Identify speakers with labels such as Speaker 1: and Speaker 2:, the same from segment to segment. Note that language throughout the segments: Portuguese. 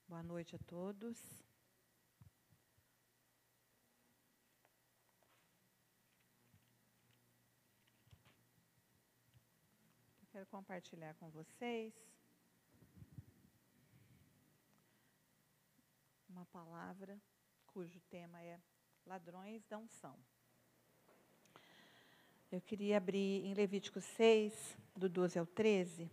Speaker 1: Boa noite a todos. Eu quero compartilhar com vocês uma palavra cujo tema é ladrões da unção. Eu queria abrir em Levítico 6, do 12 ao 13.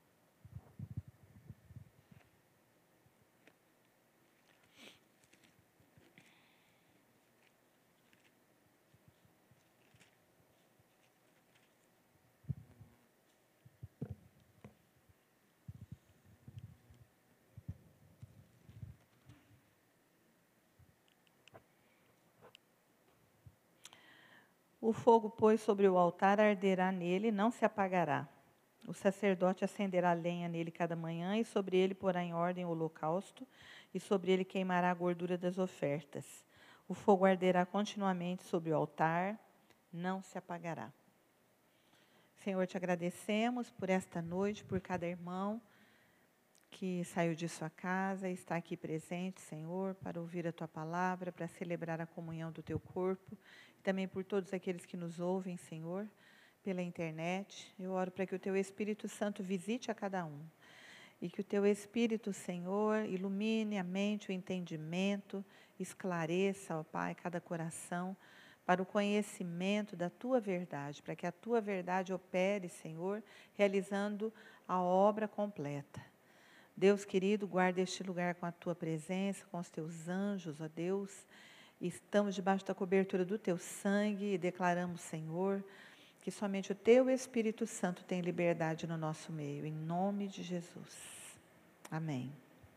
Speaker 1: O fogo, pois, sobre o altar arderá nele, não se apagará. O sacerdote acenderá lenha nele cada manhã, e sobre ele porá em ordem o holocausto, e sobre ele queimará a gordura das ofertas. O fogo arderá continuamente sobre o altar, não se apagará. Senhor, te agradecemos por esta noite, por cada irmão que saiu de sua casa e está aqui presente, Senhor, para ouvir a tua palavra, para celebrar a comunhão do teu corpo, e também por todos aqueles que nos ouvem, Senhor, pela internet. Eu oro para que o teu Espírito Santo visite a cada um, e que o teu Espírito, Senhor, ilumine a mente, o entendimento, esclareça, ó Pai, cada coração, para o conhecimento da tua verdade, para que a tua verdade opere, Senhor, realizando a obra completa. Deus querido, guarda este lugar com a tua presença, com os teus anjos, ó Deus. Estamos debaixo da cobertura do teu sangue e declaramos, Senhor, que somente o teu Espírito Santo tem liberdade no nosso meio, em nome de Jesus. Amém.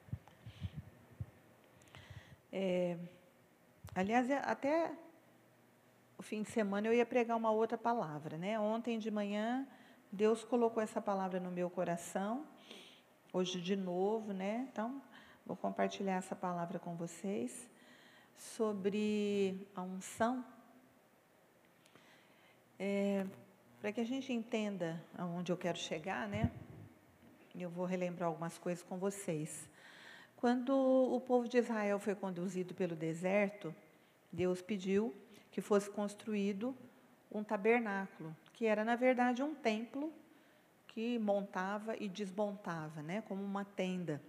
Speaker 1: Aliás, até o fim de semana eu ia pregar uma outra palavra, né? Ontem de manhã, Deus colocou essa palavra no meu coração, hoje de novo, né? Então, vou compartilhar essa palavra com vocês, sobre a unção, para que a gente entenda aonde eu quero chegar, né? Eu vou relembrar algumas coisas com vocês. Quando o povo de Israel foi conduzido pelo deserto, Deus pediu que fosse construído um tabernáculo, que era, na verdade, um templo que montava e desmontava, né, como uma tenda.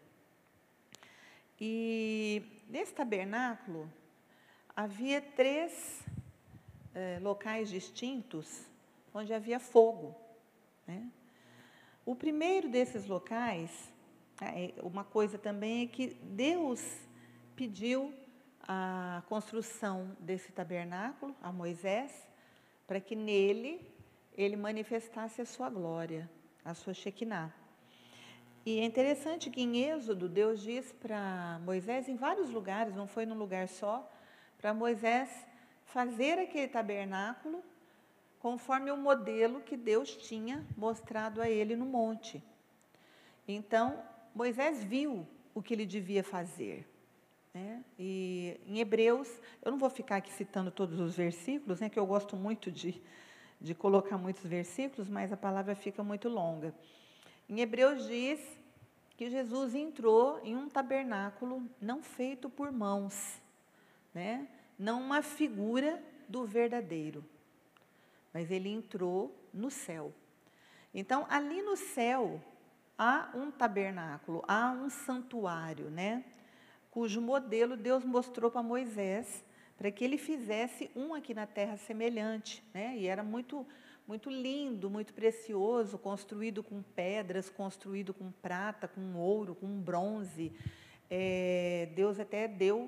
Speaker 1: E nesse tabernáculo havia três locais distintos onde havia fogo, né? O primeiro desses locais, uma coisa também é que Deus pediu a construção desse tabernáculo a Moisés, para que nele ele manifestasse a sua glória, a sua Shekinah. E é interessante que em Êxodo, Deus diz para Moisés, em vários lugares, não foi num lugar só, para Moisés fazer aquele tabernáculo conforme o modelo que Deus tinha mostrado a ele no monte. Então, Moisés viu o que ele devia fazer, né? E em Hebreus, eu não vou ficar aqui citando todos os versículos, né, que eu gosto muito de colocar muitos versículos, mas a palavra fica muito longa. Em Hebreus diz que Jesus entrou em um tabernáculo não feito por mãos, né? Não uma figura do verdadeiro, mas ele entrou no céu. Então, ali no céu, há um tabernáculo, há um santuário, né? Cujo modelo Deus mostrou para Moisés, para que ele fizesse um aqui na terra semelhante, né? E era muito, muito lindo, muito precioso, construído com pedras, construído com prata, com ouro, com bronze. Deus até deu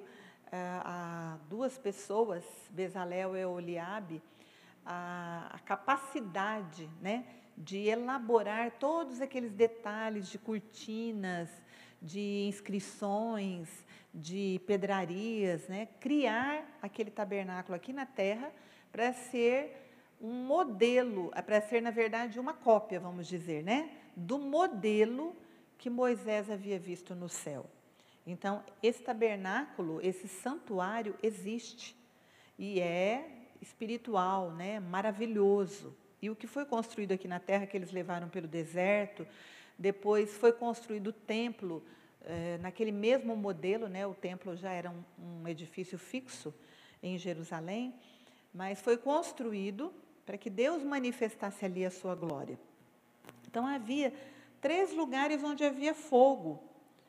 Speaker 1: a duas pessoas, Bezalel e Oliabe, a capacidade, né, de elaborar todos aqueles detalhes de cortinas, de inscrições, de pedrarias, né, criar aquele tabernáculo aqui na terra para ser um modelo, para ser, na verdade, uma cópia, vamos dizer, né, do modelo que Moisés havia visto no céu. Então, esse tabernáculo, esse santuário existe e é espiritual, né, maravilhoso. E o que foi construído aqui na terra, que eles levaram pelo deserto, depois foi construído o templo naquele mesmo modelo, né, o templo já era um edifício fixo em Jerusalém, mas foi construído para que Deus manifestasse ali a sua glória. Então, havia 3 lugares onde havia fogo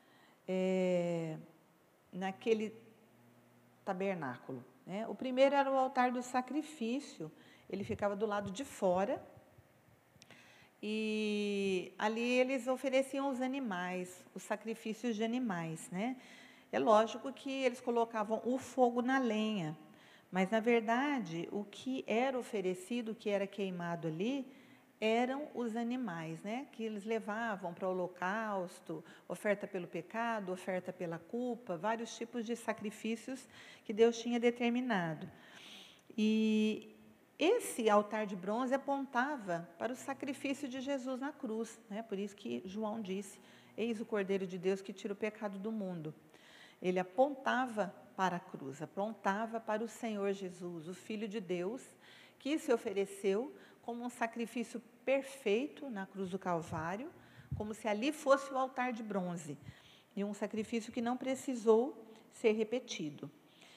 Speaker 1: naquele tabernáculo, né? O primeiro era o altar do sacrifício, ele ficava do lado de fora, e ali eles ofereciam os animais, os sacrifícios de animais, né? É lógico que eles colocavam o fogo na lenha, mas, na verdade, o que era oferecido, o que era queimado ali, eram os animais, né? Que eles levavam para o holocausto, oferta pelo pecado, oferta pela culpa, vários tipos de sacrifícios que Deus tinha determinado. E esse altar de bronze apontava para o sacrifício de Jesus na cruz, né? Por isso que João disse, eis o Cordeiro de Deus que tira o pecado do mundo. Ele apontava para a cruz, apontava para o Senhor Jesus, o Filho de Deus, que se ofereceu como um sacrifício perfeito na cruz do Calvário, como se ali fosse o altar de bronze, e um sacrifício que não precisou ser repetido.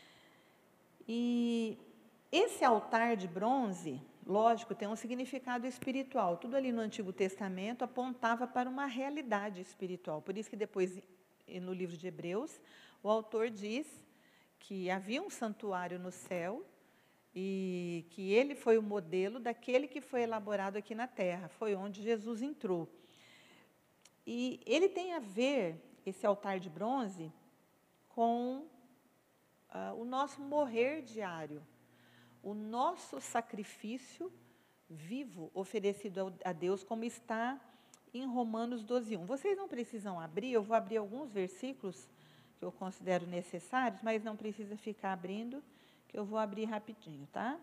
Speaker 1: E esse altar de bronze, lógico, tem um significado espiritual. Tudo ali no Antigo Testamento apontava para uma realidade espiritual. Por isso que depois, no livro de Hebreus, o autor diz que havia um santuário no céu e que ele foi o modelo daquele que foi elaborado aqui na terra. Foi onde Jesus entrou. E ele tem a ver, esse altar de bronze, com o nosso morrer diário, o nosso sacrifício vivo oferecido a Deus, como está em Romanos 12:1. Vocês não precisam abrir, eu vou abrir alguns versículos que eu considero necessários, mas não precisa ficar abrindo, que eu vou abrir rapidinho, tá?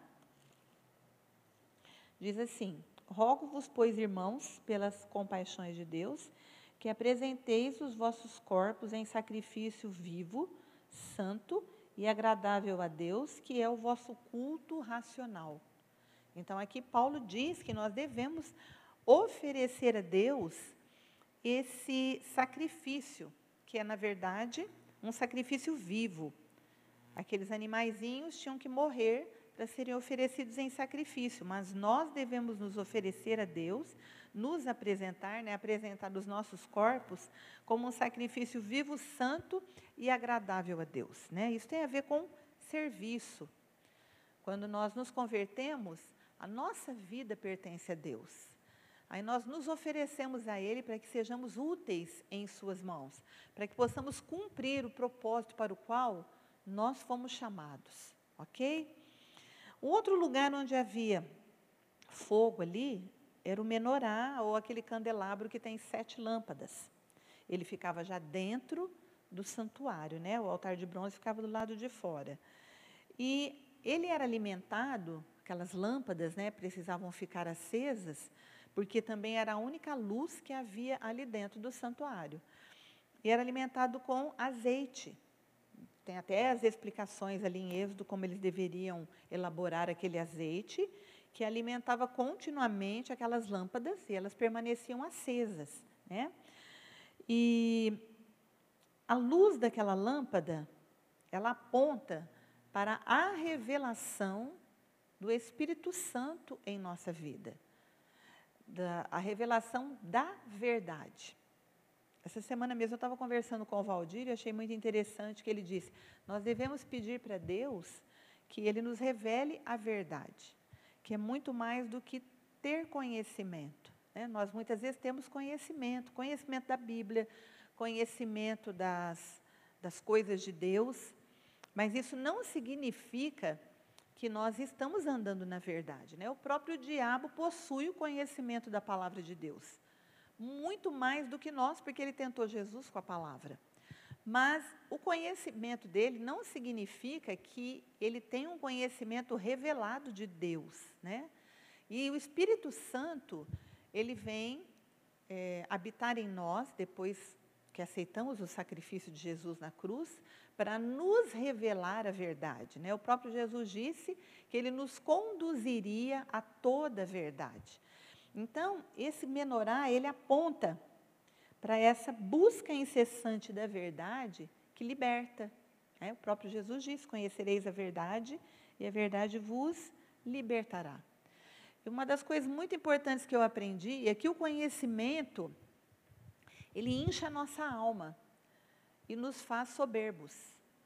Speaker 1: Diz assim: rogo-vos, pois, irmãos, pelas compaixões de Deus, que apresenteis os vossos corpos em sacrifício vivo, santo e agradável a Deus, que é o vosso culto racional. Então, aqui Paulo diz que nós devemos oferecer a Deus esse sacrifício, que é, na verdade, um sacrifício vivo. Aqueles animaizinhos tinham que morrer para serem oferecidos em sacrifício, mas nós devemos nos oferecer a Deus, nos apresentar, né, apresentar os nossos corpos como um sacrifício vivo, santo e agradável a Deus, né? Isso tem a ver com serviço. Quando nós nos convertemos, a nossa vida pertence a Deus. Aí nós nos oferecemos a Ele para que sejamos úteis em suas mãos, para que possamos cumprir o propósito para o qual nós fomos chamados, ok? O outro lugar onde havia fogo ali era o menorá, ou aquele candelabro que tem 7 lâmpadas. Ele ficava já dentro do santuário, né? O altar de bronze ficava do lado de fora. E ele era alimentado, aquelas lâmpadas, né, precisavam ficar acesas, porque também era a única luz que havia ali dentro do santuário. E era alimentado com azeite. Tem até as explicações ali em Êxodo, como eles deveriam elaborar aquele azeite, que alimentava continuamente aquelas lâmpadas, e elas permaneciam acesas, né? E a luz daquela lâmpada, ela aponta para a revelação do Espírito Santo em nossa vida, a revelação da verdade. Essa semana mesmo eu estava conversando com o Valdir e achei muito interessante que ele disse, nós devemos pedir para Deus que Ele nos revele a verdade, que é muito mais do que ter conhecimento, né? Nós muitas vezes temos conhecimento da Bíblia, conhecimento das coisas de Deus, mas isso não significa que nós estamos andando na verdade, né? O próprio diabo possui o conhecimento da palavra de Deus, muito mais do que nós, porque ele tentou Jesus com a palavra. Mas o conhecimento dele não significa que ele tem um conhecimento revelado de Deus, né? E o Espírito Santo, ele vem habitar em nós, depois que aceitamos o sacrifício de Jesus na cruz, para nos revelar a verdade, né? O próprio Jesus disse que ele nos conduziria a toda a verdade. Então, esse menorá, ele aponta para essa busca incessante da verdade que liberta. O próprio Jesus disse: conhecereis a verdade e a verdade vos libertará. E uma das coisas muito importantes que eu aprendi é que o conhecimento, ele incha a nossa alma e nos faz soberbos.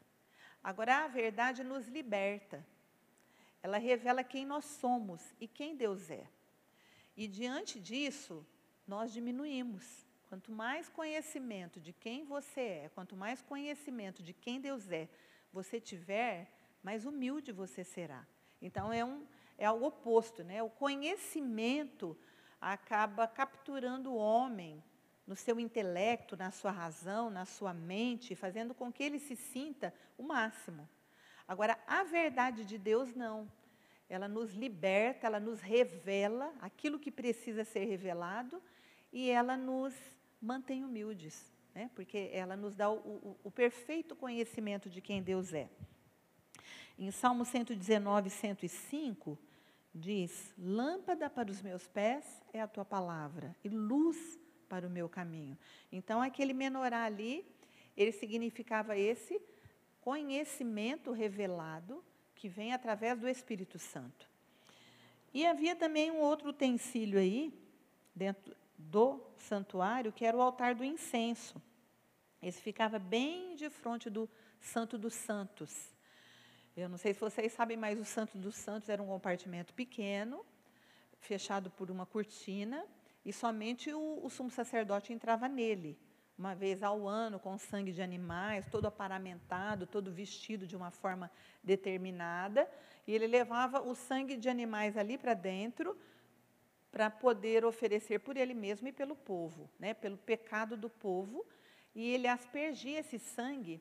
Speaker 1: Agora, a verdade nos liberta. Ela revela quem nós somos e quem Deus é. E, diante disso, nós diminuímos. Quanto mais conhecimento de quem você é, quanto mais conhecimento de quem Deus é você tiver, mais humilde você será. Então, é algo oposto, né? O conhecimento acaba capturando o homem no seu intelecto, na sua razão, na sua mente, fazendo com que ele se sinta o máximo. Agora, a verdade de Deus, não. Ela nos liberta, ela nos revela aquilo que precisa ser revelado e ela nos mantém humildes, né? Porque ela nos dá o perfeito conhecimento de quem Deus é. Em Salmo 119, 105, diz: lâmpada para os meus pés é a tua palavra e luz para o meu caminho. Então, aquele menorá ali, ele significava esse conhecimento revelado que vem através do Espírito Santo. E havia também um outro utensílio aí, dentro do santuário, que era o altar do incenso. Esse ficava bem de frente do Santo dos Santos. Eu não sei se vocês sabem, mas o Santo dos Santos era um compartimento pequeno, fechado por uma cortina, e somente o sumo sacerdote entrava nele, uma vez ao ano, com sangue de animais, todo aparamentado, todo vestido de uma forma determinada, e ele levava o sangue de animais ali para dentro, para poder oferecer por ele mesmo e pelo povo, né, pelo pecado do povo, e ele aspergia esse sangue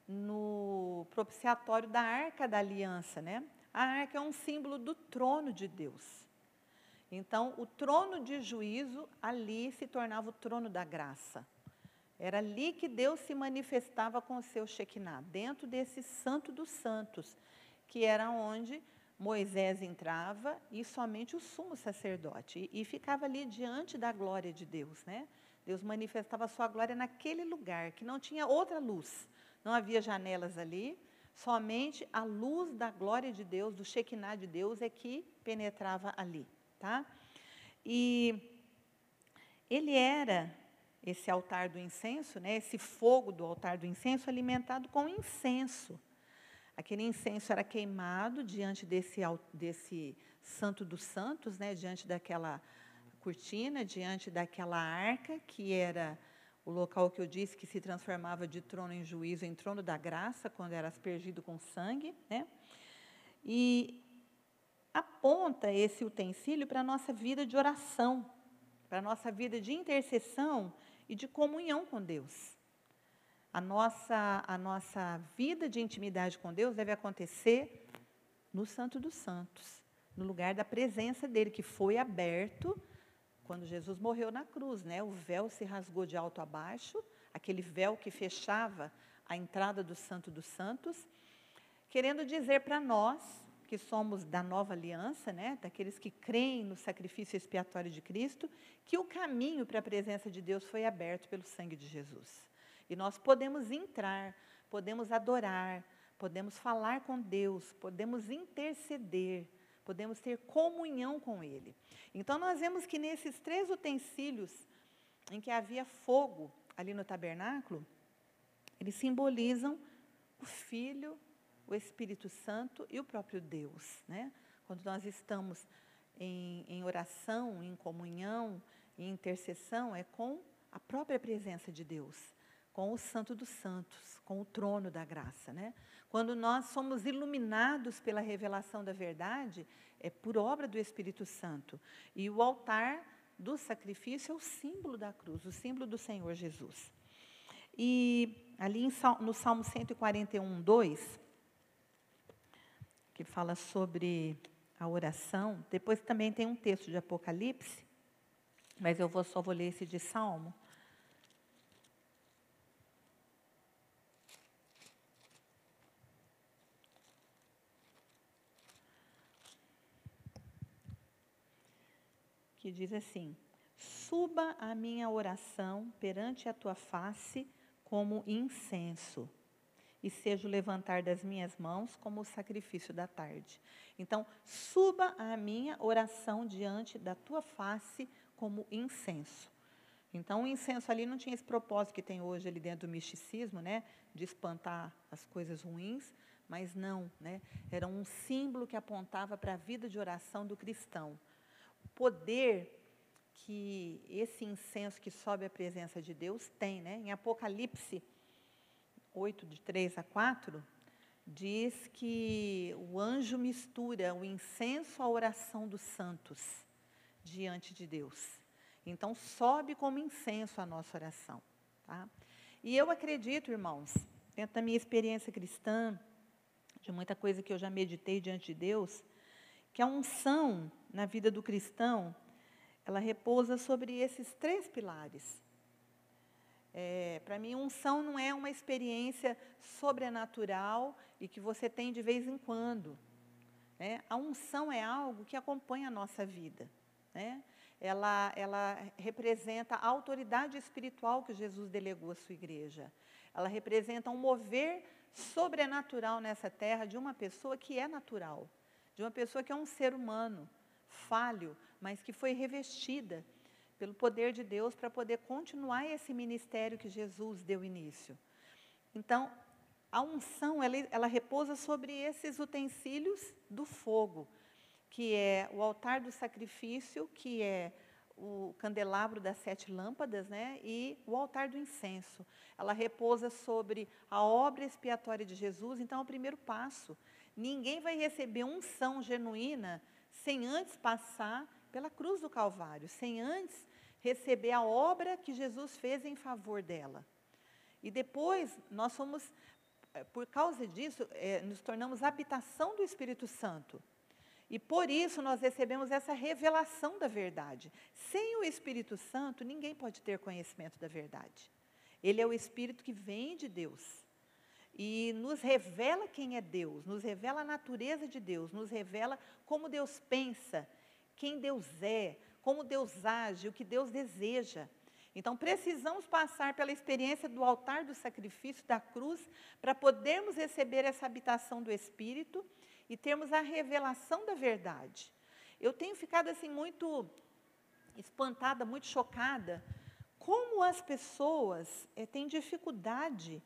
Speaker 1: no propiciatório da Arca da Aliança, né? A arca é um símbolo do trono de Deus. Então, o trono de juízo, ali se tornava o trono da graça. Era ali que Deus se manifestava com o seu Shekinah, dentro desse Santo dos Santos, que era onde Moisés entrava e somente o sumo sacerdote. E ficava ali diante da glória de Deus, né? Deus manifestava a sua glória naquele lugar, que não tinha outra luz. Não havia janelas ali, somente a luz da glória de Deus, do Shekinah de Deus, é que penetrava ali, tá? E ele era, esse altar do incenso, né, esse fogo do altar do incenso, alimentado com incenso. Aquele incenso era queimado diante desse Santo dos Santos, né, diante daquela cortina, diante daquela arca, que era o local que eu disse que se transformava de trono em juízo, em trono da graça, quando era aspergido com sangue, né? E aponta esse utensílio para a nossa vida de oração, para a nossa vida de intercessão e de comunhão com Deus. A nossa vida de intimidade com Deus deve acontecer no Santo dos Santos, no lugar da presença dele, que foi aberto quando Jesus morreu na cruz, né? O véu se rasgou de alto a baixo, aquele véu que fechava a entrada do Santo dos Santos, querendo dizer para nós, que somos da nova aliança, né? Daqueles que creem no sacrifício expiatório de Cristo, que o caminho para a presença de Deus foi aberto pelo sangue de Jesus. E nós podemos entrar, podemos adorar, podemos falar com Deus, podemos interceder, podemos ter comunhão com Ele. Então, nós vemos que nesses 3 utensílios em que havia fogo ali no tabernáculo, eles simbolizam o Filho, o Espírito Santo e o próprio Deus, né? Quando nós estamos em oração, em comunhão, em intercessão, é com a própria presença de Deus, com o Santo dos Santos, com o trono da graça, né? Quando nós somos iluminados pela revelação da verdade, é por obra do Espírito Santo. E o altar do sacrifício é o símbolo da cruz, o símbolo do Senhor Jesus. E ali no Salmo 141, 2, que fala sobre a oração, depois também tem um texto de Apocalipse, mas eu só vou ler esse de Salmo. Que diz assim: suba a minha oração perante a tua face como incenso, e seja o levantar das minhas mãos como o sacrifício da tarde. Então, suba a minha oração diante da tua face como incenso. Então, o incenso ali não tinha esse propósito que tem hoje ali dentro do misticismo, né, de espantar as coisas ruins, mas não, né, era um símbolo que apontava para a vida de oração do cristão. O poder que esse incenso que sobe à presença de Deus tem, né? Em Apocalipse 8, de 3 a 4, diz que o anjo mistura o incenso à oração dos santos diante de Deus. Então, sobe como incenso a nossa oração. Tá? E eu acredito, irmãos, dentro da minha experiência cristã, de muita coisa que eu já meditei diante de Deus, que a unção na vida do cristão, ela repousa sobre esses 3 pilares. Para mim, unção não é uma experiência sobrenatural e que você tem de vez em quando. Né? A unção é algo que acompanha a nossa vida. Né? Ela representa a autoridade espiritual que Jesus delegou à sua igreja. Ela representa um mover sobrenatural nessa terra de uma pessoa que é natural, de uma pessoa que é um ser humano, falho, mas que foi revestida pelo poder de Deus para poder continuar esse ministério que Jesus deu início. Então, a unção, ela repousa sobre esses utensílios do fogo, que é o altar do sacrifício, que é o candelabro das 7 lâmpadas, né, e o altar do incenso. Ela repousa sobre a obra expiatória de Jesus. Então, é o primeiro passo. Ninguém vai receber unção genuína sem antes passar pela cruz do Calvário, sem antes receber a obra que Jesus fez em favor dela. E depois, nós somos, por causa disso, nos tornamos habitação do Espírito Santo. E por isso nós recebemos essa revelação da verdade. Sem o Espírito Santo, ninguém pode ter conhecimento da verdade. Ele é o Espírito que vem de Deus. E nos revela quem é Deus, nos revela a natureza de Deus, nos revela como Deus pensa, quem Deus é, como Deus age, o que Deus deseja. Então, precisamos passar pela experiência do altar do sacrifício, da cruz, para podermos receber essa habitação do Espírito e termos a revelação da verdade. Eu tenho ficado assim muito espantada, muito chocada, como as pessoas têm dificuldade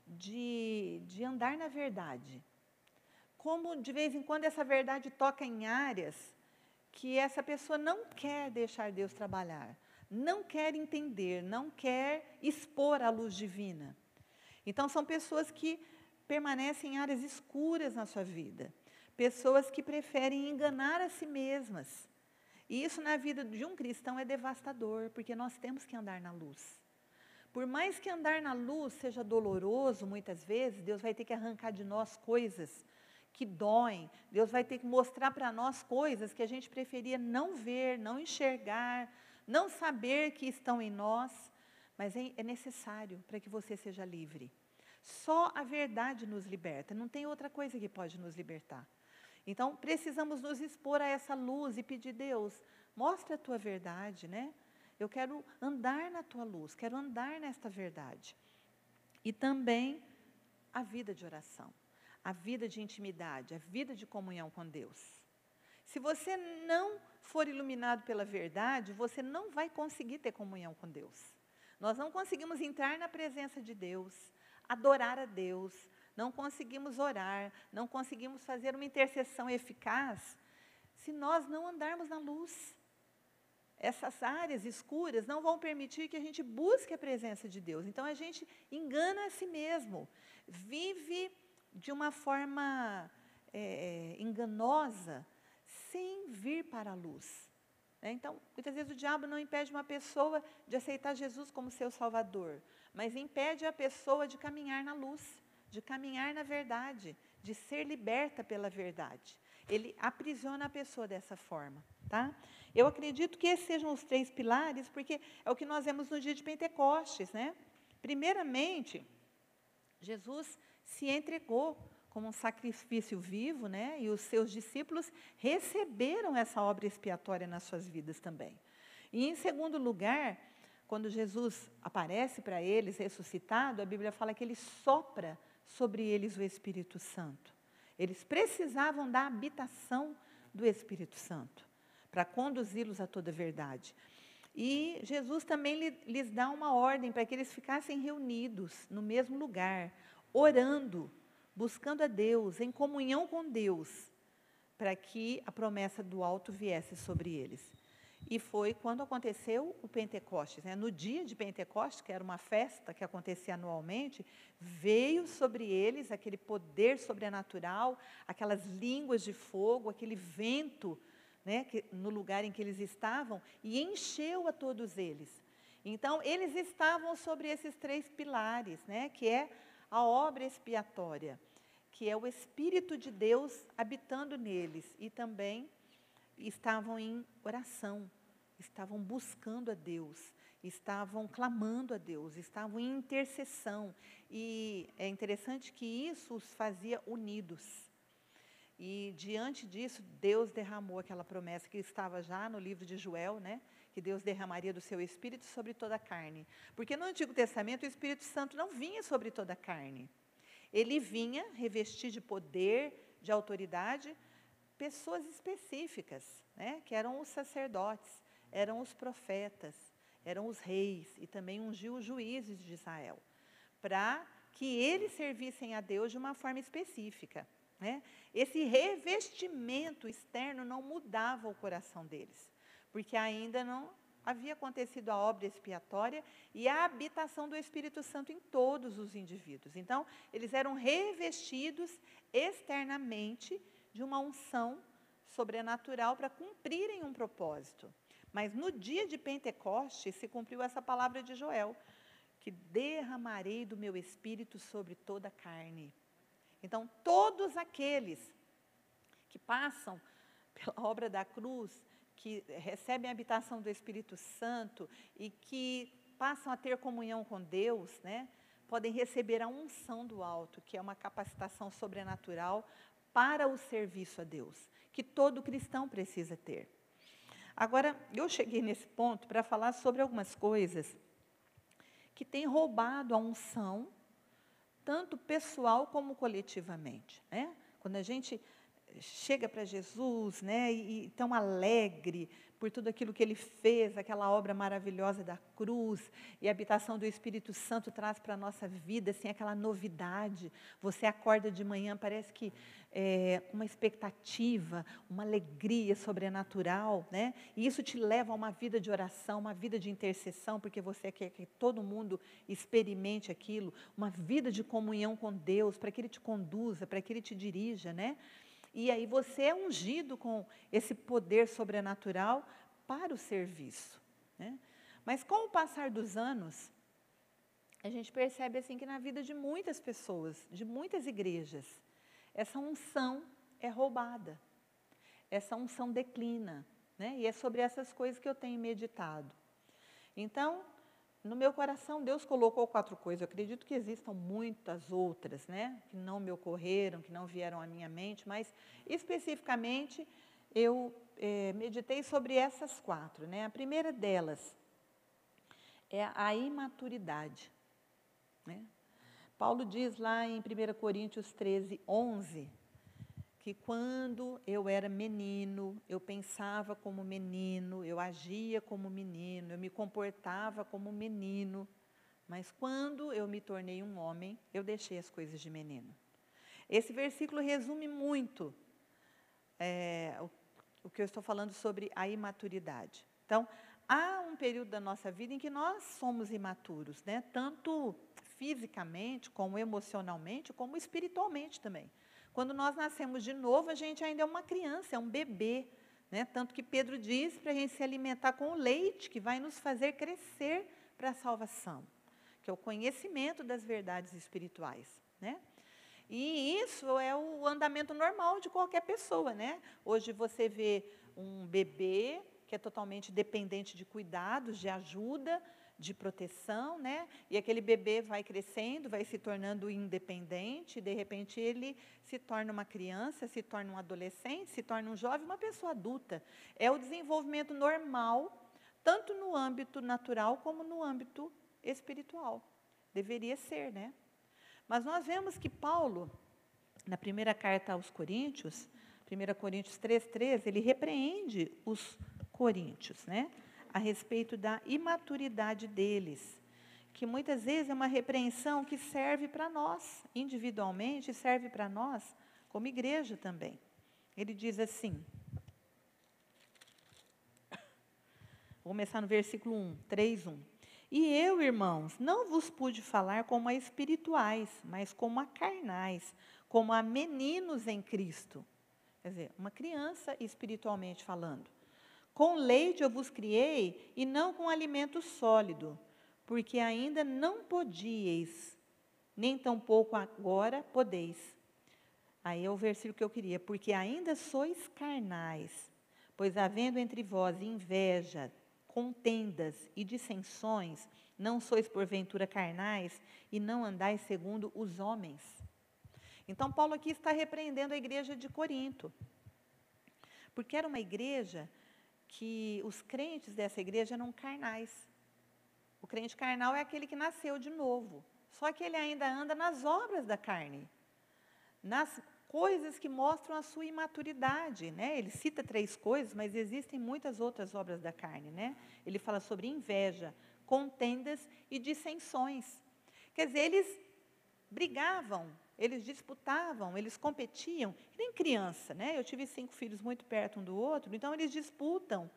Speaker 1: de andar na verdade. Como, de vez em quando, essa verdade toca em áreas que essa pessoa não quer deixar Deus trabalhar, não quer entender, não quer expor a luz divina. Então, são pessoas que permanecem em áreas escuras na sua vida, pessoas que preferem enganar a si mesmas. E isso, na vida de um cristão, é devastador, porque nós temos que andar na luz. Por mais que andar na luz seja doloroso, muitas vezes, Deus vai ter que arrancar de nós coisas que doem. Deus vai ter que mostrar para nós coisas que a gente preferia não ver, não enxergar, não saber que estão em nós, mas é necessário para que você seja livre. Só a verdade nos liberta, não tem outra coisa que pode nos libertar. Então, precisamos nos expor a essa luz e pedir, Deus, mostra a tua verdade, né? Eu quero andar na tua luz, quero andar nesta verdade. E também a vida de oração, a vida de intimidade, a vida de comunhão com Deus. Se você não for iluminado pela verdade, você não vai conseguir ter comunhão com Deus. Nós não conseguimos entrar na presença de Deus, adorar a Deus, não conseguimos orar, não conseguimos fazer uma intercessão eficaz, se nós não andarmos na luz. Essas áreas escuras não vão permitir que a gente busque a presença de Deus. Então, a gente engana a si mesmo, vive de uma forma enganosa, sem vir para a luz. Então, muitas vezes o diabo não impede uma pessoa de aceitar Jesus como seu Salvador, mas impede a pessoa de caminhar na luz, de caminhar na verdade, de ser liberta pela verdade. Ele aprisiona a pessoa dessa forma. Tá? Eu acredito que esses sejam os 3 pilares, porque é o que nós vemos no dia de Pentecostes. Né? Primeiramente, Jesus se entregou como um sacrifício vivo, né? E os seus discípulos receberam essa obra expiatória nas suas vidas também. E, em segundo lugar, quando Jesus aparece para eles, ressuscitado, a Bíblia fala que ele sopra sobre eles o Espírito Santo. Eles precisavam da habitação do Espírito Santo para conduzi-los a toda a verdade. E Jesus também lhes dá uma ordem para que eles ficassem reunidos no mesmo lugar, orando, buscando a Deus, em comunhão com Deus, para que a promessa do alto viesse sobre eles. E foi quando aconteceu o Pentecostes, né? No dia de Pentecostes, que era uma festa que acontecia anualmente, veio sobre eles aquele poder sobrenatural, aquelas línguas de fogo, aquele vento, né, no lugar em que eles estavam, e encheu a todos eles. Então, eles estavam sobre esses 3 pilares, né, que é a obra expiatória, que é o Espírito de Deus habitando neles, e também estavam em oração, estavam buscando a Deus, estavam clamando a Deus, estavam em intercessão. E é interessante que isso os fazia unidos. E diante disso, Deus derramou aquela promessa que estava já no livro de Joel, né? Que Deus derramaria do seu Espírito sobre toda a carne. Porque no Antigo Testamento o Espírito Santo não vinha sobre toda a carne. Ele vinha revestir de poder, de autoridade, pessoas específicas, né? Que eram os sacerdotes, eram os profetas, eram os reis e também ungiu os juízes de Israel, para que eles servissem a Deus de uma forma específica, né? Esse revestimento externo não mudava o coração deles, porque ainda não havia acontecido a obra expiatória e a habitação do Espírito Santo em todos os indivíduos. Então, eles eram revestidos externamente de uma unção sobrenatural para cumprirem um propósito. Mas no dia de Pentecostes se cumpriu essa palavra de Joel, que derramarei do meu Espírito sobre toda a carne. Então, todos aqueles que passam pela obra da cruz, que recebem a habitação do Espírito Santo e que passam a ter comunhão com Deus, né, podem receber a unção do alto, que é uma capacitação sobrenatural para o serviço a Deus, que todo cristão precisa ter. Agora, eu cheguei nesse ponto para falar sobre algumas coisas que têm roubado a unção, tanto pessoal como coletivamente, né? Quando a gente chega para Jesus, né, e tão alegre por tudo aquilo que Ele fez, aquela obra maravilhosa da cruz, e a habitação do Espírito Santo traz para a nossa vida, assim, aquela novidade. Você acorda de manhã, parece que uma expectativa, uma alegria sobrenatural, né? E isso te leva a uma vida de oração, uma vida de intercessão, porque você quer que todo mundo experimente aquilo, uma vida de comunhão com Deus, para que Ele te conduza, para que Ele te dirija, né? E aí você é ungido com esse poder sobrenatural para o serviço, né? Mas com o passar dos anos, a gente percebe assim que na vida de muitas pessoas, de muitas igrejas, essa unção é roubada, essa unção declina, né? E é sobre essas coisas que eu tenho meditado. Então, no meu coração, Deus colocou 4 coisas. Eu acredito que existam muitas outras, né, que não me ocorreram, que não vieram à minha mente, mas especificamente eu meditei sobre essas 4. Né? A primeira delas é a imaturidade. Né? Paulo diz lá em 1 Coríntios 13, 11, que quando eu era menino, eu pensava como menino, eu agia como menino, eu me comportava como menino, mas quando eu me tornei um homem, eu deixei as coisas de menino. Esse versículo resume muito o que eu estou falando sobre a imaturidade. Então, há um período da nossa vida em que nós somos imaturos, né? Tanto fisicamente, como emocionalmente, como espiritualmente também. Quando nós nascemos de novo, a gente ainda é uma criança, é um bebê, né? Tanto que Pedro diz para a gente se alimentar com o leite, que vai nos fazer crescer para a salvação, que é o conhecimento das verdades espirituais, né? E isso é o andamento normal de qualquer pessoa, né? Hoje você vê um bebê que é totalmente dependente de cuidados, de ajuda, de proteção, né? E aquele bebê vai crescendo, vai se tornando independente, de repente ele se torna uma criança, se torna um adolescente, se torna um jovem, uma pessoa adulta. É o desenvolvimento normal tanto no âmbito natural como no âmbito espiritual. Deveria ser, né? Mas nós vemos que Paulo, na primeira carta aos Coríntios, 1 Coríntios 3,13, ele repreende os coríntios, né? A respeito da imaturidade deles, que muitas vezes é uma repreensão que serve para nós, individualmente, e serve para nós como igreja também. Ele diz assim, vou começar no versículo 1, 3:1. E eu, irmãos, não vos pude falar como a espirituais, mas como a carnais, como a meninos em Cristo. Quer dizer, uma criança espiritualmente falando. Com leite eu vos criei, e não com alimento sólido, porque ainda não podíeis, nem tampouco agora podeis. Aí é o versículo que eu queria. Porque ainda sois carnais, pois havendo entre vós inveja, contendas e dissensões, não sois porventura carnais, e não andais segundo os homens. Então, Paulo aqui está repreendendo a igreja de Corinto, porque era uma igreja que os crentes dessa igreja eram carnais. O crente carnal é aquele que nasceu de novo, só que ele ainda anda nas obras da carne, nas coisas que mostram a sua imaturidade, né? Ele cita 3 coisas, mas existem muitas outras obras da carne, né? Ele fala sobre inveja, contendas e dissensões. Quer dizer, eles brigavam, eles disputavam, eles competiam, que nem criança, né? Eu tive 5 filhos muito perto um do outro, então eles disputam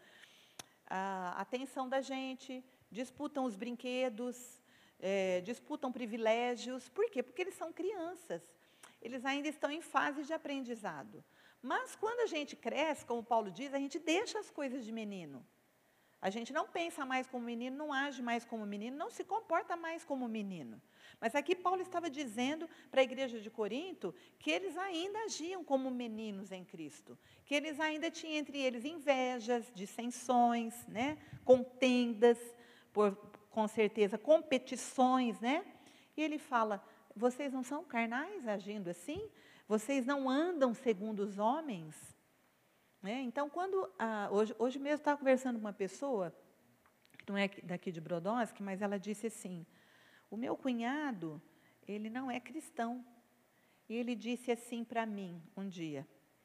Speaker 1: a atenção da gente, disputam os brinquedos, disputam privilégios. Por quê? Porque eles são crianças, eles ainda estão em fase de aprendizado. Mas quando a gente cresce, como Paulo diz, a gente deixa as coisas de menino. A gente não pensa mais como menino, não age mais como menino, não se comporta mais como menino. Mas aqui Paulo estava dizendo para a igreja de Corinto que eles ainda agiam como meninos em Cristo, que eles ainda tinham entre eles invejas, dissensões, né? Contendas, com certeza competições, né? E ele fala, vocês não são carnais agindo assim? Vocês não andam segundo os homens? Então, hoje mesmo eu estava conversando com uma pessoa, que não é daqui de Brodowski, mas ela disse assim, o meu cunhado, ele não é cristão. E ele disse assim para mim um dia,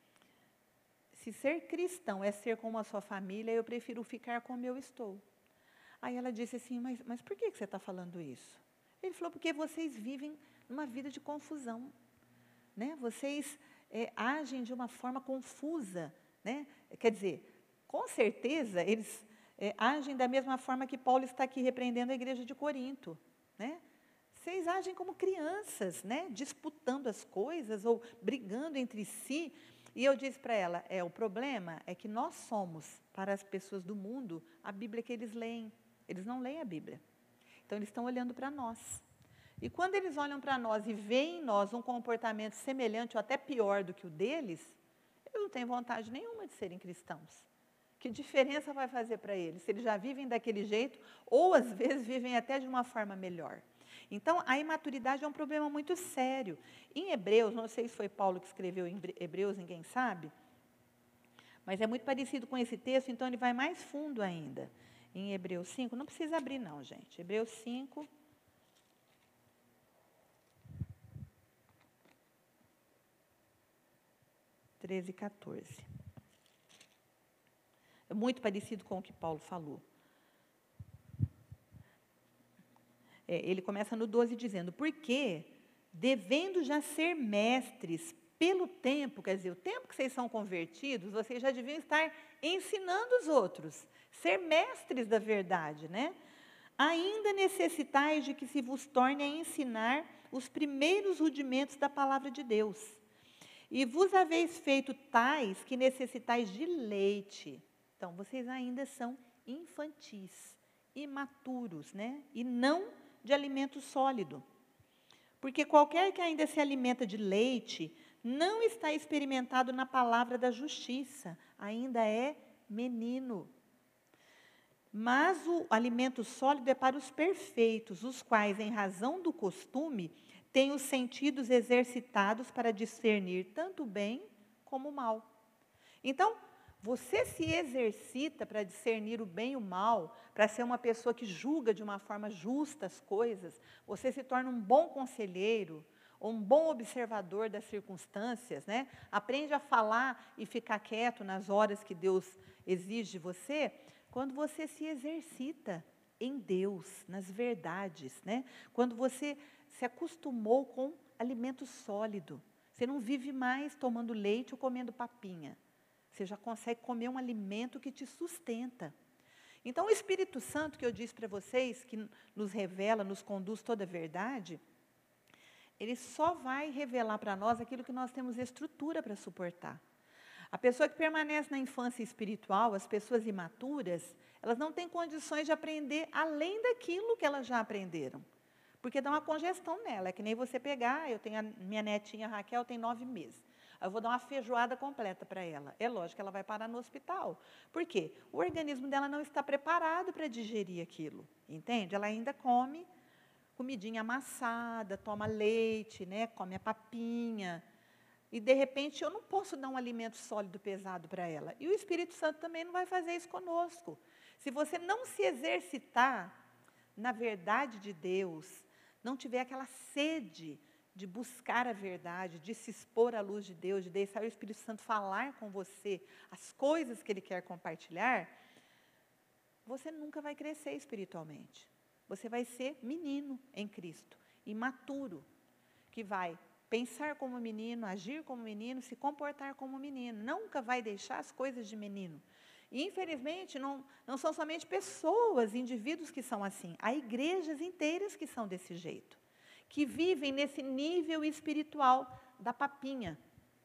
Speaker 1: se ser cristão é ser como a sua família, eu prefiro ficar como eu estou. Aí ela disse assim, mas por que você está falando isso? Ele falou, porque vocês vivem numa vida de confusão, né? Vocês agem de uma forma confusa, né? Quer dizer, com certeza, eles agem da mesma forma que Paulo está aqui repreendendo a igreja de Corinto, né? Vocês agem como crianças, né? Disputando as coisas ou brigando entre si. E eu disse para ela, o problema é que nós somos, para as pessoas do mundo, a Bíblia que eles leem. Eles não leem a Bíblia. Então, eles estão olhando para nós. E quando eles olham para nós e veem em nós um comportamento semelhante ou até pior do que o deles, eles não têm vontade nenhuma de serem cristãos. Que diferença vai fazer para eles? Se eles já vivem daquele jeito, ou às vezes vivem até de uma forma melhor. Então, a imaturidade é um problema muito sério. Em Hebreus, não sei se foi Paulo que escreveu em Hebreus, ninguém sabe, mas é muito parecido com esse texto, então ele vai mais fundo ainda. Em Hebreus 5, não precisa abrir não, gente. Hebreus 5... 13 e 14. É muito parecido com o que Paulo falou. Ele começa no 12 dizendo, porque, devendo já ser mestres pelo tempo, quer dizer, o tempo que vocês são convertidos, vocês já deviam estar ensinando os outros, ser mestres da verdade, né? Ainda necessitais de que se vos torne a ensinar os primeiros rudimentos da palavra de Deus. E vos haveis feito tais que necessitais de leite. Então, vocês ainda são infantis, imaturos, né? E não de alimento sólido. Porque qualquer que ainda se alimenta de leite, não está experimentado na palavra da justiça, ainda é menino. Mas o alimento sólido é para os perfeitos, os quais, em razão do costume, têm os sentidos exercitados para discernir tanto o bem como o mal. Então, Você se exercita para discernir o bem e o mal, para ser uma pessoa que julga de uma forma justa as coisas, você se torna um bom conselheiro, ou um bom observador das circunstâncias, né? Aprende a falar e ficar quieto nas horas que Deus exige de você, quando você se exercita em Deus, nas verdades, né? Quando você se acostumou com alimento sólido. Você não vive mais tomando leite ou comendo papinha. Você já consegue comer um alimento que te sustenta. Então, o Espírito Santo, que eu disse para vocês, que nos revela, nos conduz toda a verdade, ele só vai revelar para nós aquilo que nós temos estrutura para suportar. A pessoa que permanece na infância espiritual, as pessoas imaturas, elas não têm condições de aprender além daquilo que elas já aprenderam. Porque dá uma congestão nela. É que nem você pegar, eu tenho a minha netinha Raquel, tem 9 meses. Eu vou dar uma feijoada completa para ela. É lógico que ela vai parar no hospital. Por quê? O organismo dela não está preparado para digerir aquilo. Entende? Ela ainda come comidinha amassada, toma leite, né, come a papinha. E, de repente, eu não posso dar um alimento sólido, pesado para ela. E o Espírito Santo também não vai fazer isso conosco. Se você não se exercitar na verdade de Deus, não tiver aquela sede de buscar a verdade, de se expor à luz de Deus, de deixar o Espírito Santo falar com você as coisas que Ele quer compartilhar, você nunca vai crescer espiritualmente. Você vai ser menino em Cristo, imaturo, que vai pensar como menino, agir como menino, se comportar como menino. Nunca vai deixar as coisas de menino. E, infelizmente, não são somente pessoas, indivíduos que são assim. Há igrejas inteiras que são desse jeito, que vivem nesse nível espiritual da papinha.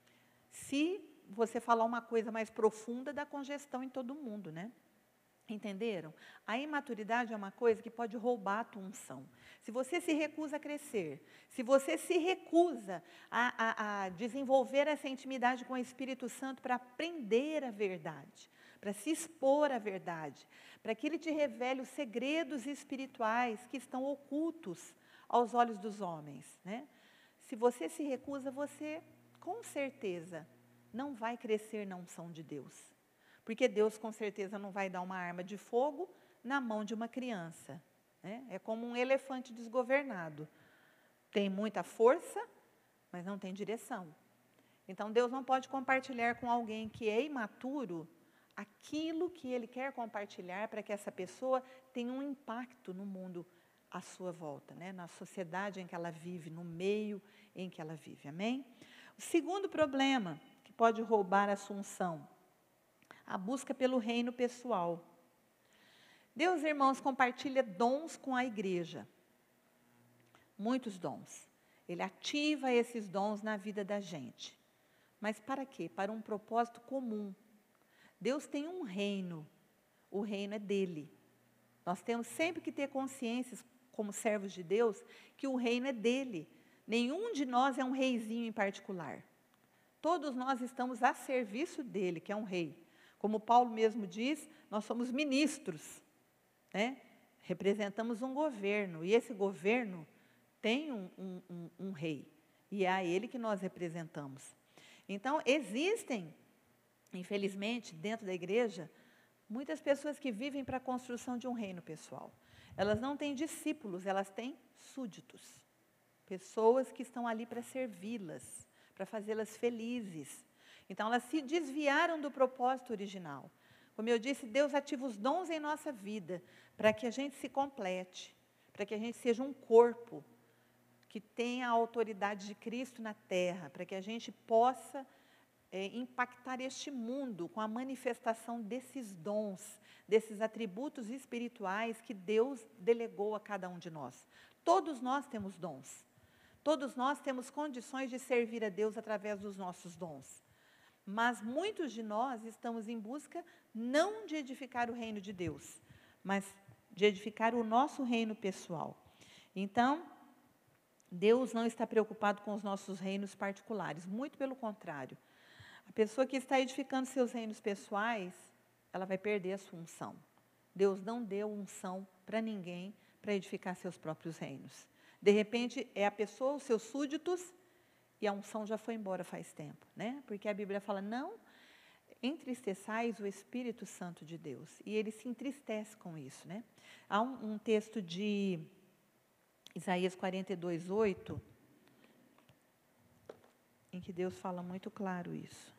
Speaker 1: Se você falar uma coisa mais profunda, dá congestão em todo mundo, né? Entenderam? A imaturidade é uma coisa que pode roubar a tua unção. Se você se recusa a crescer, se você se recusa a desenvolver essa intimidade com o Espírito Santo para aprender a verdade, para se expor à verdade, para que Ele te revele os segredos espirituais que estão ocultos aos olhos dos homens, né? Se você se recusa, você, com certeza, não vai crescer na unção de Deus. Porque Deus, com certeza, não vai dar uma arma de fogo na mão de uma criança, né? É como um elefante desgovernado. Tem muita força, mas não tem direção. Então, Deus não pode compartilhar com alguém que é imaturo aquilo que Ele quer compartilhar para que essa pessoa tenha um impacto no mundo à sua volta, né? Na sociedade em que ela vive, no meio em que ela vive. Amém? O segundo problema que pode roubar a sua unção, a busca pelo reino pessoal. Deus, irmãos, compartilha dons com a igreja. Muitos dons. Ele ativa esses dons na vida da gente. Mas para quê? Para um propósito comum. Deus tem um reino. O reino é dele. Nós temos sempre que ter consciência, como servos de Deus, que o reino é dele. Nenhum de nós é um reizinho em particular. Todos nós estamos a serviço dele, que é um rei. Como Paulo mesmo diz, nós somos ministros, né? Representamos um governo, e esse governo tem um rei, e é a ele que nós representamos. Então, existem, infelizmente, dentro da igreja, muitas pessoas que vivem para a construção de um reino pessoal. Elas não têm discípulos, elas têm súditos. Pessoas que estão ali para servi-las, para fazê-las felizes. Então, elas se desviaram do propósito original. Como eu disse, Deus ativa os dons em nossa vida para que a gente se complete, para que a gente seja um corpo que tenha a autoridade de Cristo na terra, para que a gente possa impactar este mundo com a manifestação desses dons, desses atributos espirituais que Deus delegou a cada um de nós. Todos nós temos dons. Todos nós temos condições de servir a Deus através dos nossos dons. Mas muitos de nós estamos em busca não de edificar o reino de Deus, mas de edificar o nosso reino pessoal. Então, Deus não está preocupado com os nossos reinos particulares, muito pelo contrário. A pessoa que está edificando seus reinos pessoais, ela vai perder a sua unção. Deus não deu unção para ninguém para edificar seus próprios reinos. De repente, é a pessoa, os seus súditos, e a unção já foi embora faz tempo, né? Porque a Bíblia fala, não, entristeçais o Espírito Santo de Deus. E ele se entristece com isso, né? Há um texto de Isaías 42:8, em que Deus fala muito claro isso.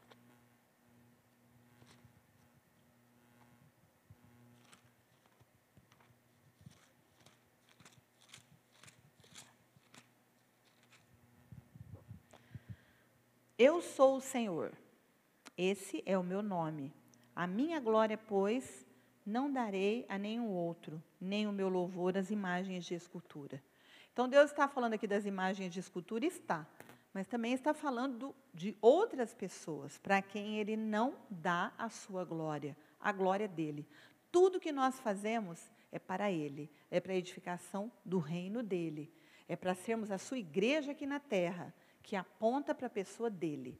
Speaker 1: Eu sou o Senhor, esse é o meu nome. A minha glória, pois, não darei a nenhum outro, nem o meu louvor às imagens de escultura. Então, Deus está falando aqui das imagens de escultura, está, mas também está falando de outras pessoas, para quem Ele não dá a sua glória, a glória dEle. Tudo que nós fazemos é para Ele, é para a edificação do reino dEle, é para sermos a sua igreja aqui na terra, que aponta para a pessoa dEle.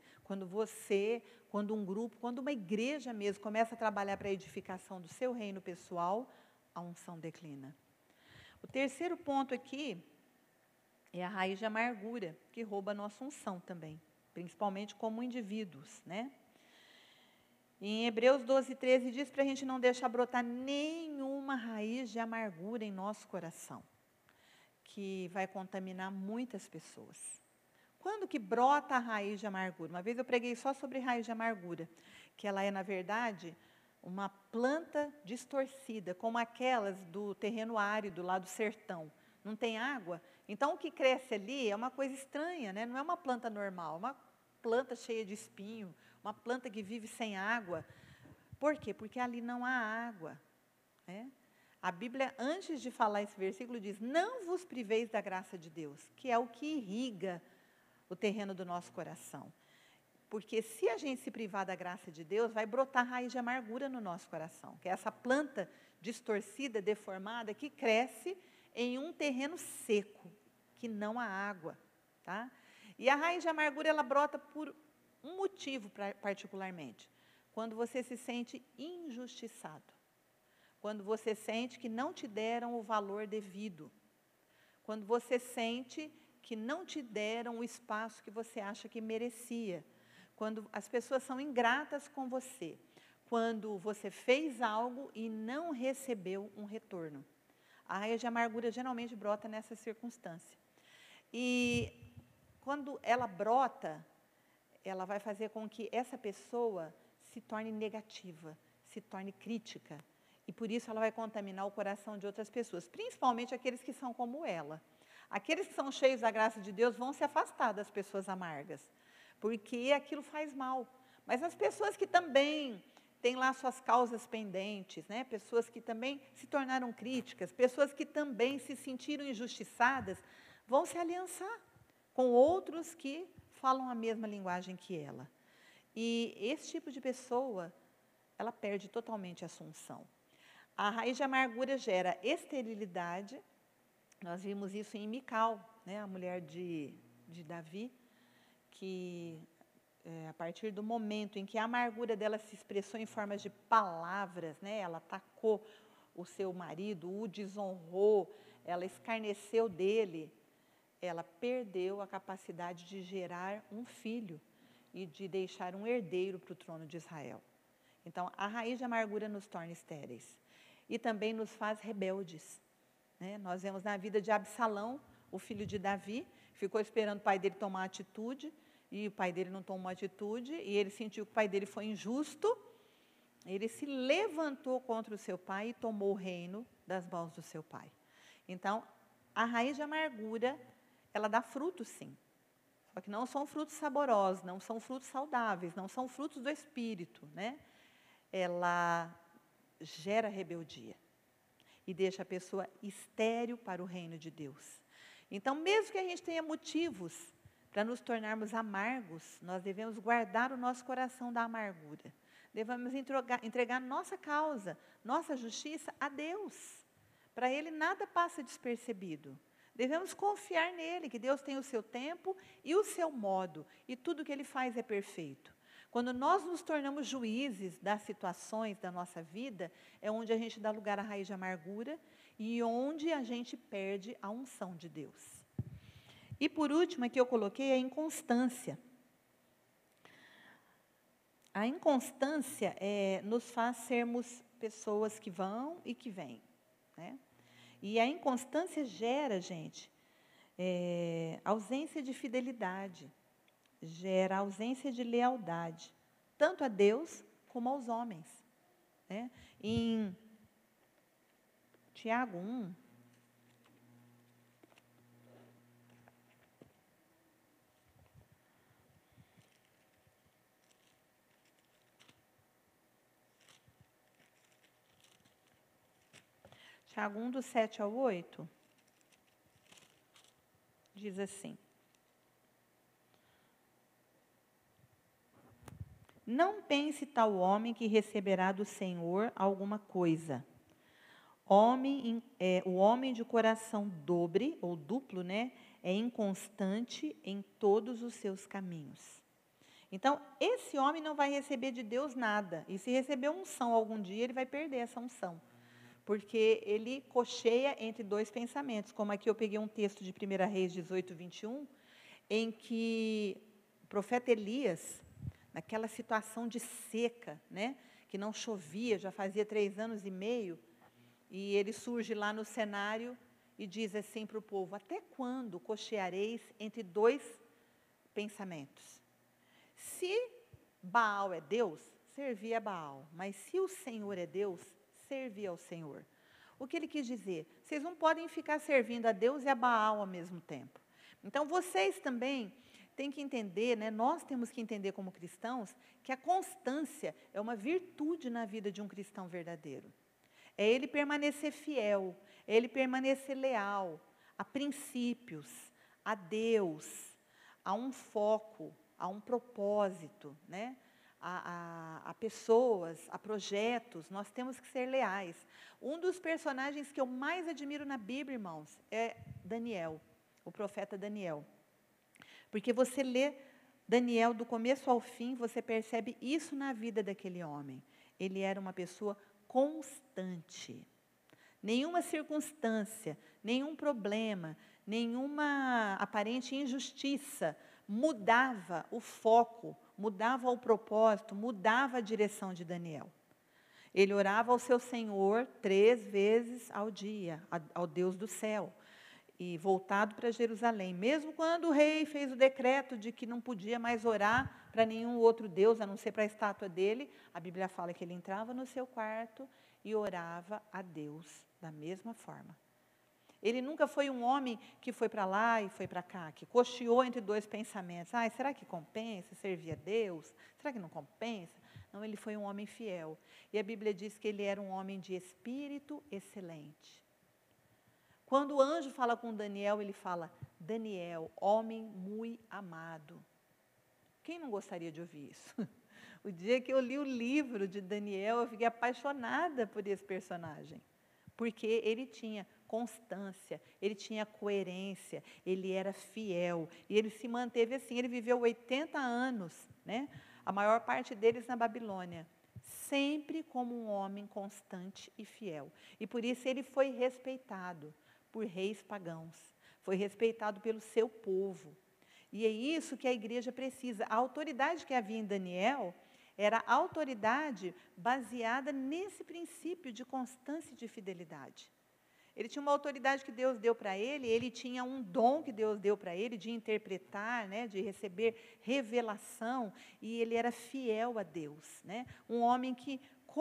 Speaker 1: Quando um grupo, quando uma igreja mesmo começa a trabalhar para a edificação do seu reino pessoal, a unção declina. O terceiro ponto aqui é a raiz de amargura, que rouba a nossa unção também, principalmente como indivíduos, né? Em Hebreus 12:13 diz para a gente não deixar brotar nenhuma raiz de amargura em nosso coração, que vai contaminar muitas pessoas. Quando que brota a raiz de amargura? Uma vez eu preguei só sobre raiz de amargura, que ela é, na verdade, uma planta distorcida, como aquelas do terreno árido, lá do sertão. Não tem água? Então, o que cresce ali é uma coisa estranha, né? Não é uma planta normal, é uma planta cheia de espinho, uma planta que vive sem água. Por quê? Porque ali não há água, né? A Bíblia, antes de falar esse versículo, diz, não vos priveis da graça de Deus, que é o que irriga o terreno do nosso coração. Porque se a gente se privar da graça de Deus, vai brotar raiz de amargura no nosso coração, que é essa planta distorcida, deformada, que cresce em um terreno seco, que não há água, tá? E a raiz de amargura, ela brota por um motivo particularmente. Quando você se sente injustiçado. Quando você sente que não te deram o valor devido. Quando você sente que não te deram o espaço que você acha que merecia. Quando as pessoas são ingratas com você. Quando você fez algo e não recebeu um retorno. A raiz de amargura geralmente brota nessa circunstância. E quando ela brota, ela vai fazer com que essa pessoa se torne negativa, se torne crítica. E por isso ela vai contaminar o coração de outras pessoas, principalmente aqueles que são como ela. Aqueles que são cheios da graça de Deus vão se afastar das pessoas amargas, porque aquilo faz mal. Mas as pessoas que também têm lá suas causas pendentes, né? Pessoas que também se tornaram críticas, pessoas que também se sentiram injustiçadas, vão se aliançar com outros que falam a mesma linguagem que ela. E esse tipo de pessoa, ela perde totalmente a sua unção. A raiz de amargura gera esterilidade. Nós vimos isso em Mical, né, a mulher de Davi, que a partir do momento em que a amargura dela se expressou em formas de palavras, né, ela atacou o seu marido, o desonrou, ela escarneceu dele, ela perdeu a capacidade de gerar um filho e de deixar um herdeiro para o trono de Israel. Então, a raiz de amargura nos torna estéreis e também nos faz rebeldes. Nós vemos na vida de Absalão, o filho de Davi, ficou esperando o pai dele tomar atitude, e o pai dele não tomou atitude, e ele sentiu que o pai dele foi injusto, ele se levantou contra o seu pai e tomou o reino das mãos do seu pai. Então, a raiz de amargura, ela dá frutos sim, só que não são frutos saborosos, não são frutos saudáveis, não são frutos do Espírito, né? Ela gera rebeldia. E deixa a pessoa estéril para o reino de Deus. Então, mesmo que a gente tenha motivos para nos tornarmos amargos, nós devemos guardar o nosso coração da amargura. Devemos entregar nossa causa, nossa justiça a Deus. Para Ele nada passa despercebido. Devemos confiar nele, que Deus tem o seu tempo e o seu modo, e tudo que Ele faz é perfeito. Quando nós nos tornamos juízes das situações da nossa vida, é onde a gente dá lugar à raiz de amargura e onde a gente perde a unção de Deus. E por último, aqui eu coloquei a inconstância. A inconstância nos faz sermos pessoas que vão e que vêm, né? E a inconstância gera, gente, ausência de fidelidade, gera ausência de lealdade, tanto a Deus como aos homens, né? Em Tiago 1, Tiago 1, do 7 ao 8, diz assim: Não pense tal homem que receberá do Senhor alguma coisa. O homem de coração dobre, ou duplo, né, é inconstante em todos os seus caminhos. Então, esse homem não vai receber de Deus nada. E se receber unção algum dia, ele vai perder essa unção. Porque ele cocheia entre dois pensamentos. Como aqui eu peguei um texto de 1 Reis 18, 21, em que o profeta Elias, naquela situação de seca, né, que não chovia, já fazia 3 anos e meio, e ele surge lá no cenário e diz assim para o povo: até quando cocheareis entre dois pensamentos? Se Baal é Deus, servia a Baal. Mas se o Senhor é Deus, servia ao Senhor. O que ele quis dizer? Vocês não podem ficar servindo a Deus e a Baal ao mesmo tempo. Então, vocês também têm que entender, né, nós temos que entender como cristãos, que a constância é uma virtude na vida de um cristão verdadeiro. É ele permanecer fiel, é ele permanecer leal a princípios, a Deus, a um foco, a um propósito, né? A pessoas, a projetos. Nós temos que ser leais. Um dos personagens que eu mais admiro na Bíblia, irmãos, é Daniel, o profeta Daniel. Porque você lê Daniel do começo ao fim, você percebe isso na vida daquele homem. Ele era uma pessoa constante. Nenhuma circunstância, nenhum problema, nenhuma aparente injustiça mudava o foco, mudava o propósito, mudava a direção de Daniel. Ele orava ao seu Senhor 3 vezes ao dia, ao Deus do céu, e voltado para Jerusalém. Mesmo quando o rei fez o decreto de que não podia mais orar para nenhum outro Deus, a não ser para a estátua dele, a Bíblia fala que ele entrava no seu quarto e orava a Deus da mesma forma. Ele nunca foi um homem que foi para lá e foi para cá, que cocheou entre dois pensamentos. Será que compensa servir a Deus? Será que não compensa? Não, ele foi um homem fiel. E a Bíblia diz que ele era um homem de espírito excelente. Quando o anjo fala com Daniel, ele fala: Daniel, homem muito amado. Quem não gostaria de ouvir isso? O dia que eu li o livro de Daniel, eu fiquei apaixonada por esse personagem. Porque ele tinha constância, ele tinha coerência, ele era fiel. E ele se manteve assim, ele viveu 80 anos, né? A maior parte deles na Babilônia. Sempre como um homem constante e fiel. E por isso ele foi respeitado por reis pagãos. Foi respeitado pelo seu povo. E é isso que a igreja precisa. A autoridade que havia em Daniel era a autoridade baseada nesse princípio de constância e de fidelidade. Ele tinha uma autoridade que Deus deu para ele tinha um dom que Deus deu para ele de interpretar, né, de receber revelação, e ele era fiel a Deus, né? Um homem que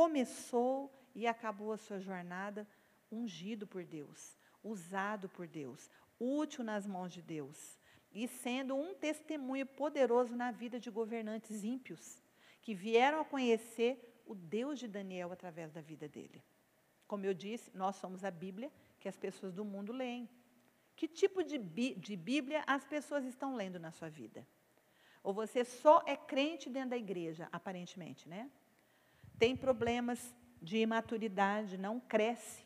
Speaker 1: começou e acabou a sua jornada ungido por Deus, usado por Deus, útil nas mãos de Deus, e sendo um testemunho poderoso na vida de governantes ímpios, que vieram a conhecer o Deus de Daniel através da vida dele. Como eu disse, nós somos a Bíblia que as pessoas do mundo leem. Que tipo de Bíblia as pessoas estão lendo na sua vida? Ou você só é crente dentro da igreja, aparentemente, né? Tem problemas de imaturidade, não cresce,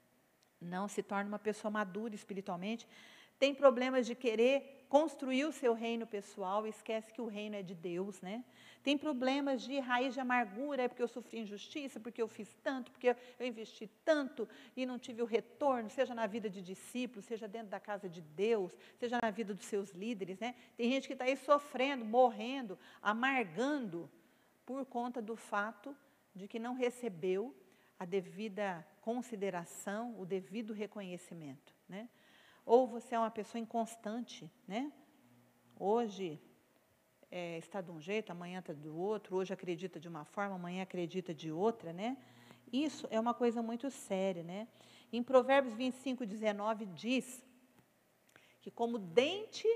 Speaker 1: não se torna uma pessoa madura espiritualmente. Tem problemas de querer construir o seu reino pessoal e esquece que o reino é de Deus, né? Tem problemas de raiz de amargura, é porque eu sofri injustiça, porque eu fiz tanto, porque eu investi tanto e não tive o retorno, seja na vida de discípulos, seja dentro da casa de Deus, seja na vida dos seus líderes, né? Tem gente que está aí sofrendo, morrendo, amargando, por conta do fato de que não recebeu a devida consideração, o devido reconhecimento, né? Ou você é uma pessoa inconstante, né? Hoje está de um jeito, amanhã está do outro, hoje acredita de uma forma, amanhã acredita de outra, né? Isso é uma coisa muito séria, né? Em Provérbios 25:19 diz que como dente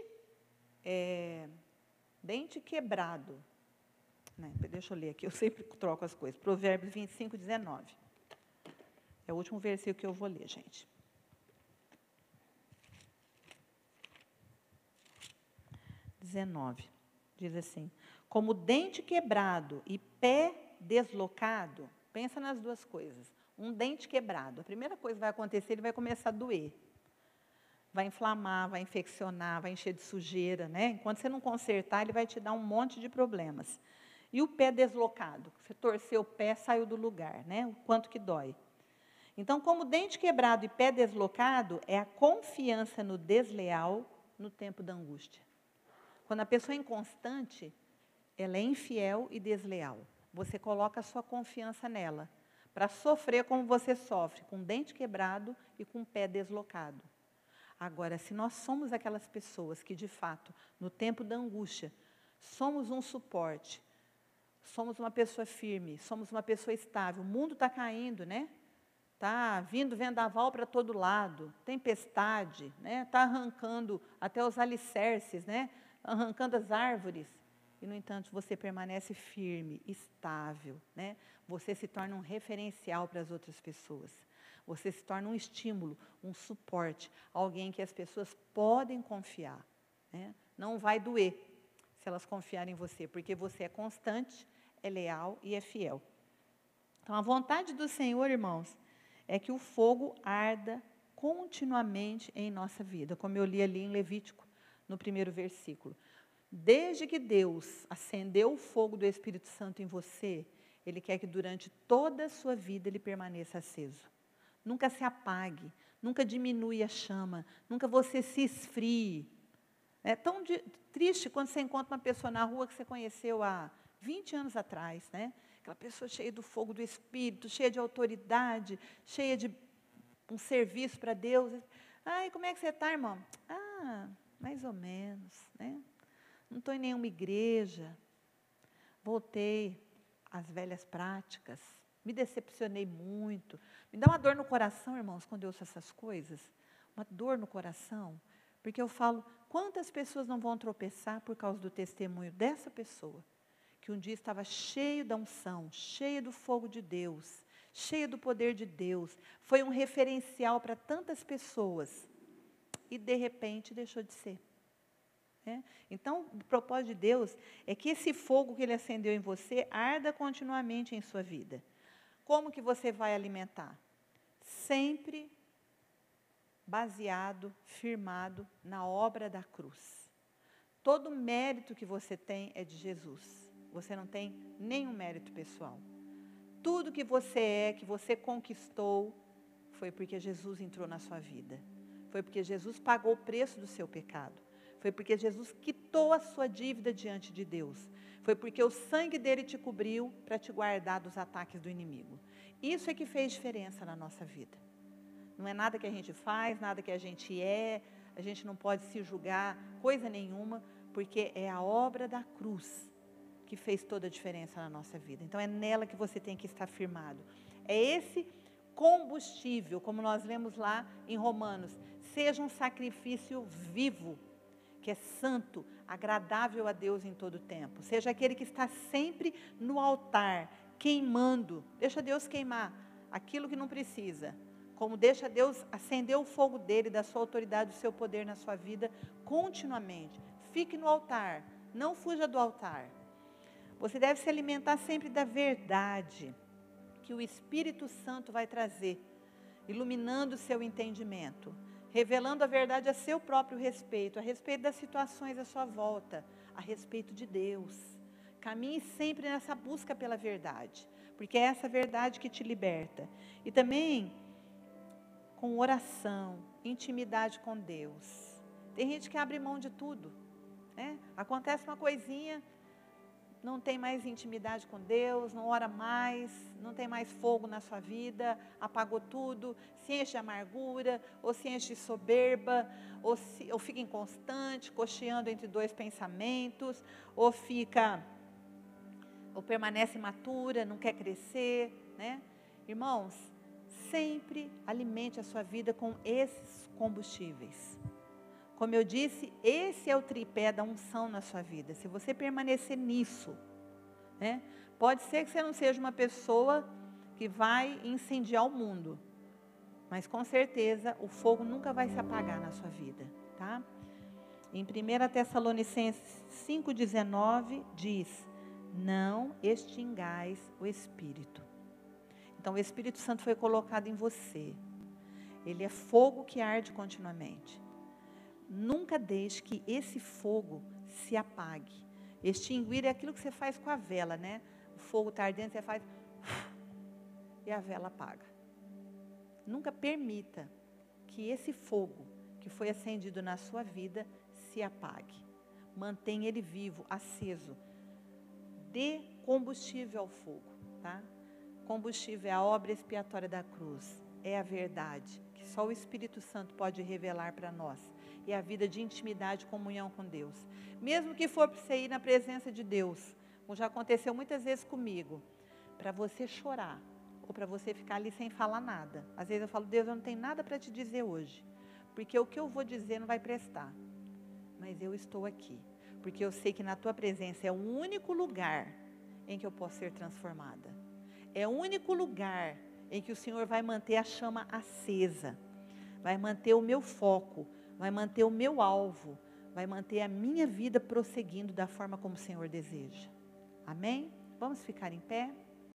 Speaker 1: quebrado, né? Deixa eu ler aqui, eu sempre troco as coisas. Provérbios 25:19. É o último versículo que eu vou ler, gente. 19. Diz assim: como dente quebrado e pé deslocado, pensa nas duas coisas. Um dente quebrado, a primeira coisa que vai acontecer, ele vai começar a doer. Vai inflamar, vai infeccionar, vai encher de sujeira, né? Enquanto você não consertar, ele vai te dar um monte de problemas. E o pé deslocado, você torceu o pé, saiu do lugar, né? O quanto que dói. Então, como dente quebrado e pé deslocado, é a confiança no desleal no tempo da angústia. Quando a pessoa é inconstante, ela é infiel e desleal. Você coloca a sua confiança nela, para sofrer como você sofre, com dente quebrado e com pé deslocado. Agora, se nós somos aquelas pessoas que, de fato, no tempo da angústia, somos um suporte, somos uma pessoa firme, somos uma pessoa estável, o mundo está caindo, né? Está vindo vendaval para todo lado, tempestade, né? Está arrancando até os alicerces, né? Arrancando as árvores. E, no entanto, você permanece firme, estável, né? Você se torna um referencial para as outras pessoas. Você se torna um estímulo, um suporte, alguém que as pessoas podem confiar, né? Não vai doer se elas confiarem em você, porque você é constante, é leal e é fiel. Então, a vontade do Senhor, irmãos, é que o fogo arda continuamente em nossa vida, como eu li ali em Levítico, no primeiro versículo. Desde que Deus acendeu o fogo do Espírito Santo em você, Ele quer que durante toda a sua vida ele permaneça aceso. Nunca se apague, nunca diminui a chama, nunca você se esfrie. É tão triste quando você encontra uma pessoa na rua que você conheceu há 20 anos atrás, né? Aquela pessoa cheia do fogo do Espírito, cheia de autoridade, cheia de um serviço para Deus. Ai, como é que você está, irmão? Ah, mais ou menos, né? Não estou em nenhuma igreja, voltei às velhas práticas, me decepcionei muito. Me dá uma dor no coração, irmãos, quando eu ouço essas coisas. Uma dor no coração, porque eu falo, quantas pessoas não vão tropeçar por causa do testemunho dessa pessoa, que um dia estava cheio da unção, cheio do fogo de Deus, cheio do poder de Deus, foi um referencial para tantas pessoas, e de repente deixou de ser. Então, o propósito de Deus é que esse fogo que Ele acendeu em você arda continuamente em sua vida. Como que você vai alimentar? Sempre baseado, firmado na obra da cruz. Todo mérito que você tem é de Jesus. Você não tem nenhum mérito pessoal. Tudo que você conquistou, foi porque Jesus entrou na sua vida. Foi porque Jesus pagou o preço do seu pecado. Foi porque Jesus quitou a sua dívida diante de Deus. Foi porque o sangue dele te cobriu para te guardar dos ataques do inimigo. Isso é que fez diferença na nossa vida. Não é nada que a gente faz, nada que a gente a gente não pode se julgar, coisa nenhuma, porque é a obra da cruz que fez toda a diferença na nossa vida. Então é nela que você tem que estar firmado. É esse combustível, como nós lemos lá em Romanos, seja um sacrifício vivo, que é santo, agradável a Deus em todo tempo. Seja aquele que está sempre no altar, queimando. Deixa Deus queimar aquilo que não precisa. Como deixa Deus acender o fogo dele, da sua autoridade, do seu poder na sua vida, continuamente. Fique no altar, não fuja do altar. Você deve se alimentar sempre da verdade, que o Espírito Santo vai trazer, iluminando o seu entendimento, revelando a verdade a seu próprio respeito, a respeito das situações à sua volta, a respeito de Deus. Caminhe sempre nessa busca pela verdade, porque é essa verdade que te liberta. E também com oração, intimidade com Deus. Tem gente que abre mão de tudo, né? Acontece uma coisinha, não tem mais intimidade com Deus, não ora mais, não tem mais fogo na sua vida, apagou tudo, se enche de amargura, ou se enche de soberba, ou fica inconstante, cocheando entre dois pensamentos, ou permanece imatura, não quer crescer, né? Irmãos, sempre alimente a sua vida com esses combustíveis. Como eu disse, esse é o tripé da unção na sua vida. Se você permanecer nisso, né, pode ser que você não seja uma pessoa que vai incendiar o mundo, mas com certeza o fogo nunca vai se apagar na sua vida, tá? Em 1 Tessalonicenses 5,19 diz: não extingais o Espírito. Então o Espírito Santo foi colocado em você. Ele é fogo que arde continuamente. Nunca deixe que esse fogo se apague. Extinguir é aquilo que você faz com a vela, né? O fogo está ardendo, você faz e a vela apaga. Nunca permita que esse fogo que foi acendido na sua vida se apague. Mantenha ele vivo, aceso. Dê combustível ao fogo, tá? Combustível é a obra expiatória da cruz. É a verdade que só o Espírito Santo pode revelar para nós. E a vida de intimidade e comunhão com Deus. Mesmo que for para você ir na presença de Deus, como já aconteceu muitas vezes comigo, para você chorar, ou para você ficar ali sem falar nada. Às vezes eu falo: Deus, eu não tenho nada para te dizer hoje, porque o que eu vou dizer não vai prestar. Mas eu estou aqui, porque eu sei que na tua presença é o único lugar em que eu posso ser transformada. É o único lugar em que o Senhor vai manter a chama acesa, vai manter o meu foco, vai manter o meu alvo, vai manter a minha vida prosseguindo da forma como o Senhor deseja. Amém? Vamos ficar em pé?